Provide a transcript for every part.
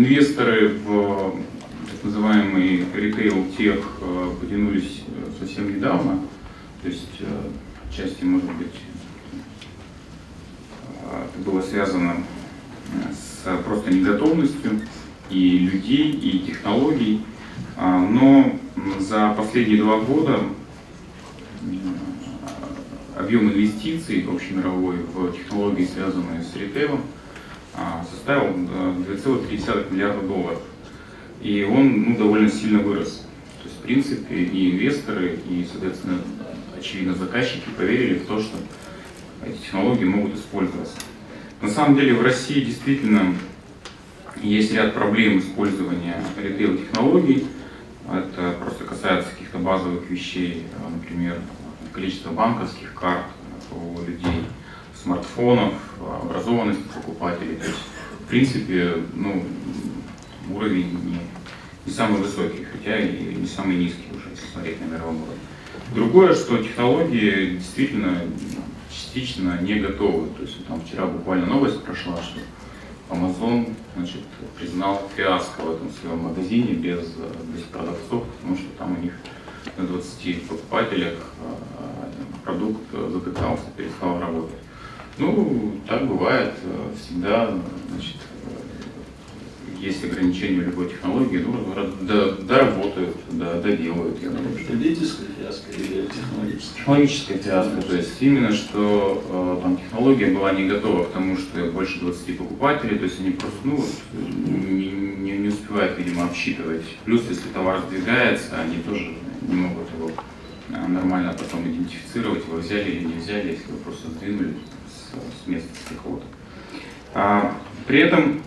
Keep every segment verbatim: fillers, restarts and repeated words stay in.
инвесторы в так называемый ритейл-тех потянулись совсем недавно, то есть отчасти, может быть, это было связано с просто неготовностью и людей, и технологий, но за последние два года объем инвестиций общемировой в технологии, связанные с ритейлом, составил два целых три десятых миллиарда долларов. И он ну, довольно сильно вырос. То есть, в принципе, и инвесторы, и, соответственно, очевидно, заказчики поверили в то, что эти технологии могут использоваться. На самом деле в России действительно есть ряд проблем использования ритейл-технологий. Это просто касается каких-то базовых вещей, например, количество банковских карт у людей, смартфонов, образованности покупателей. То есть, в принципе, ну, уровень не, не самый высокий, хотя и не самый низкий уже, если смотреть на мировом уровне. Другое, что технологии действительно частично не готовы. То есть там вчера буквально новость прошла, что Amazon, значит, признал фиаско в этом своем магазине без, без продавцов, потому что там у них на двадцати покупателях продукт затыкался, перестал работать. Ну, так бывает, всегда, значит, есть ограничения у любой технологии, ну, доработают, да, доделают. Я думаю, что потребительская фиаско или технологическая? Технологическая фиаско, то есть именно, что э, там технология была не готова к тому, что больше двадцати покупателей, то есть они просто, ну, не, не, не успевают, видимо, обсчитывать. Плюс, если товар сдвигается, они тоже не могут его нормально потом идентифицировать, его взяли или не взяли, если его просто сдвинули с, с места с какого-то. А, при этом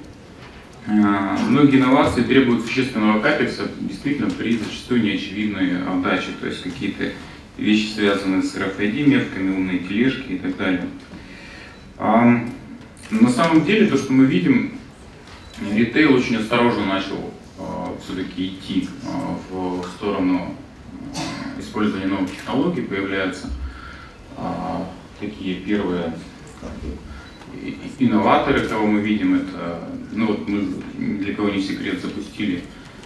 многие инновации требуют существенного капекса, действительно при зачастую неочевидной отдаче, то есть какие-то вещи, связанные с эр эф ай ди-метками, умные тележки и так далее. А, на самом деле, то, что мы видим, ритейл очень осторожно начал а, все-таки идти а, в сторону а, использования новых технологий, появляются а, такие первые как бы, инноваторы, кого мы видим, это, ну вот мы, для кого не секрет, запустили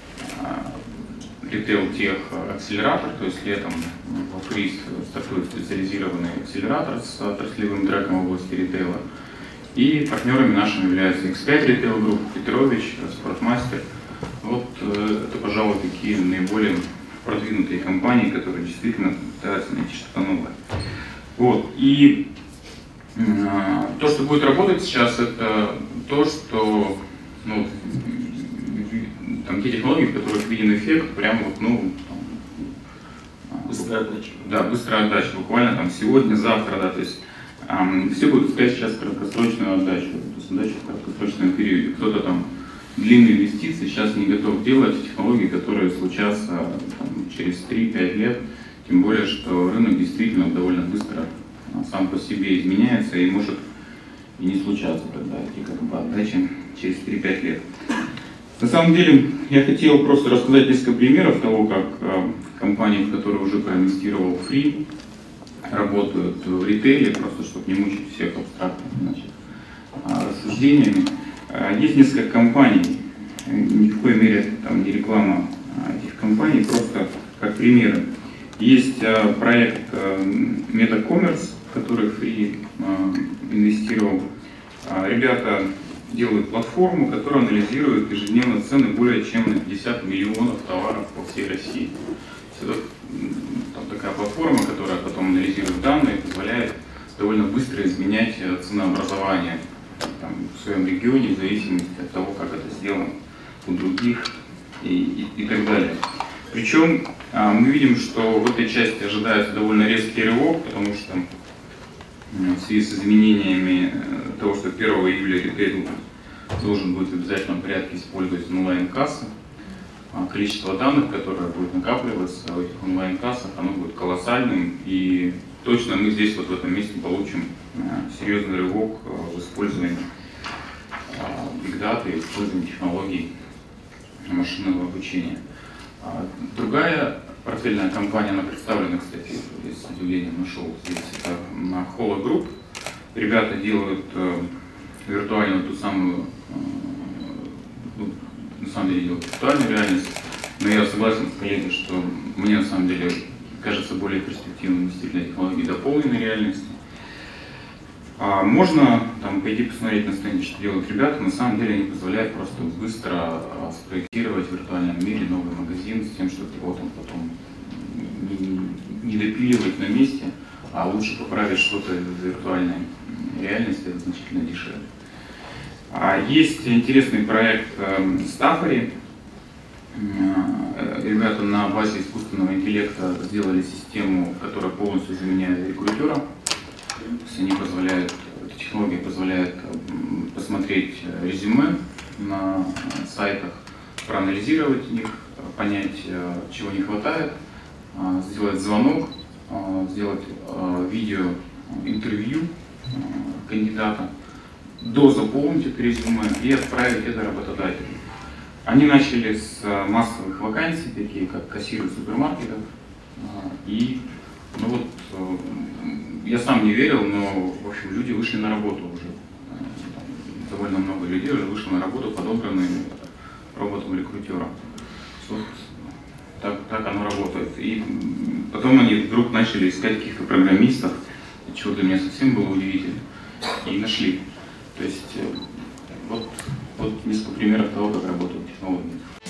ритейл-тех акселератор, то есть летом в ФРИС стартует специализированный акселератор с отраслевым треком в области ритейла. И партнерами нашими являются икс пять Retail Group, Петрович, Спортмастер. Вот это, пожалуй, такие наиболее продвинутые компании, которые действительно пытаются найти что-то новое. Вот. И то, что будет работать сейчас, это то, что ну, там, те технологии, в которых виден эффект, прям вот, ну, там, быстрая отдача. Да, быстрая отдача, буквально там сегодня, завтра, да, то есть эм, все будут искать сейчас краткосрочную отдачу, то есть отдачу в краткосрочном периоде. Кто-то там длинные инвестиции сейчас не готов делать, технологии, которые случатся там, через три-пять лет, тем более, что рынок действительно довольно быстро сам по себе изменяется и может и не случаться тогда эти как бы отдачи через три-пять лет. На самом деле я хотел просто рассказать несколько примеров того, как э, компании, в которые уже проинвестировал Free, работают в ритейле, просто чтобы не мучить всех абстрактными значит, рассуждениями. Есть несколько компаний, ни в коей мере там не реклама этих компаний, просто как примеры. Есть э, проект э, MetaCommerce, в который Free э, инвестировал. Э, ребята делают платформу, которая анализирует ежедневно цены более чем на пятьдесят миллионов товаров по всей России. Это там, такая платформа, которая потом анализирует данные, позволяет довольно быстро изменять ценообразование там, в своем регионе, в зависимости от того, как это сделано у других и, и, и так далее. Причем мы видим, что в этой части ожидается довольно резкий рывок, потому что в связи с изменениями того, что первого июля ритейл должен будет в обязательном порядке использовать онлайн-кассы, количество данных, которое будет накапливаться в этих онлайн-кассах, оно будет колоссальным, и точно мы здесь вот в этом месте получим серьезный рывок в использовании Big Data и использовании технологий машинного обучения. Другая портфельная компания, она представлена, кстати, я с удивлением нашел здесь, это на Holo Group. Ребята делают э, виртуальную ту самую, э, ну, самом деле делать виртуальную реальность. Но я согласен с коллегой, что мне на самом деле кажется более перспективным действительно технологии дополненной реальности. А можно там пойти посмотреть на стенде, что делают ребята. На самом деле они позволяют просто быстро а, спроектировать в виртуальном мире новый магазин с тем, чтобы его там потом не, не допиливать на месте, а лучше поправить что-то в виртуальной реальности, это значительно дешевле. А есть интересный проект э, Стафари. Ребята на базе искусственного интеллекта сделали систему, которая полностью заменяет рекрутера. То есть они позволяют, эта технология позволяет посмотреть резюме на сайтах, проанализировать их, понять, чего не хватает, сделать звонок, сделать видео интервью кандидата, дозаполнить это резюме и отправить это работодателю. Они начали с массовых вакансий, такие как кассиры супермаркетов. И ну вот, я сам не верил, но в общем, люди вышли на работу уже. Довольно много людей уже вышло на работу, подобранные роботом рекрутера. Вот так, так оно работает. И потом они вдруг начали искать каких-то программистов, чего для меня совсем было удивительно, и нашли. То есть вот, вот несколько примеров того, как работают технологии.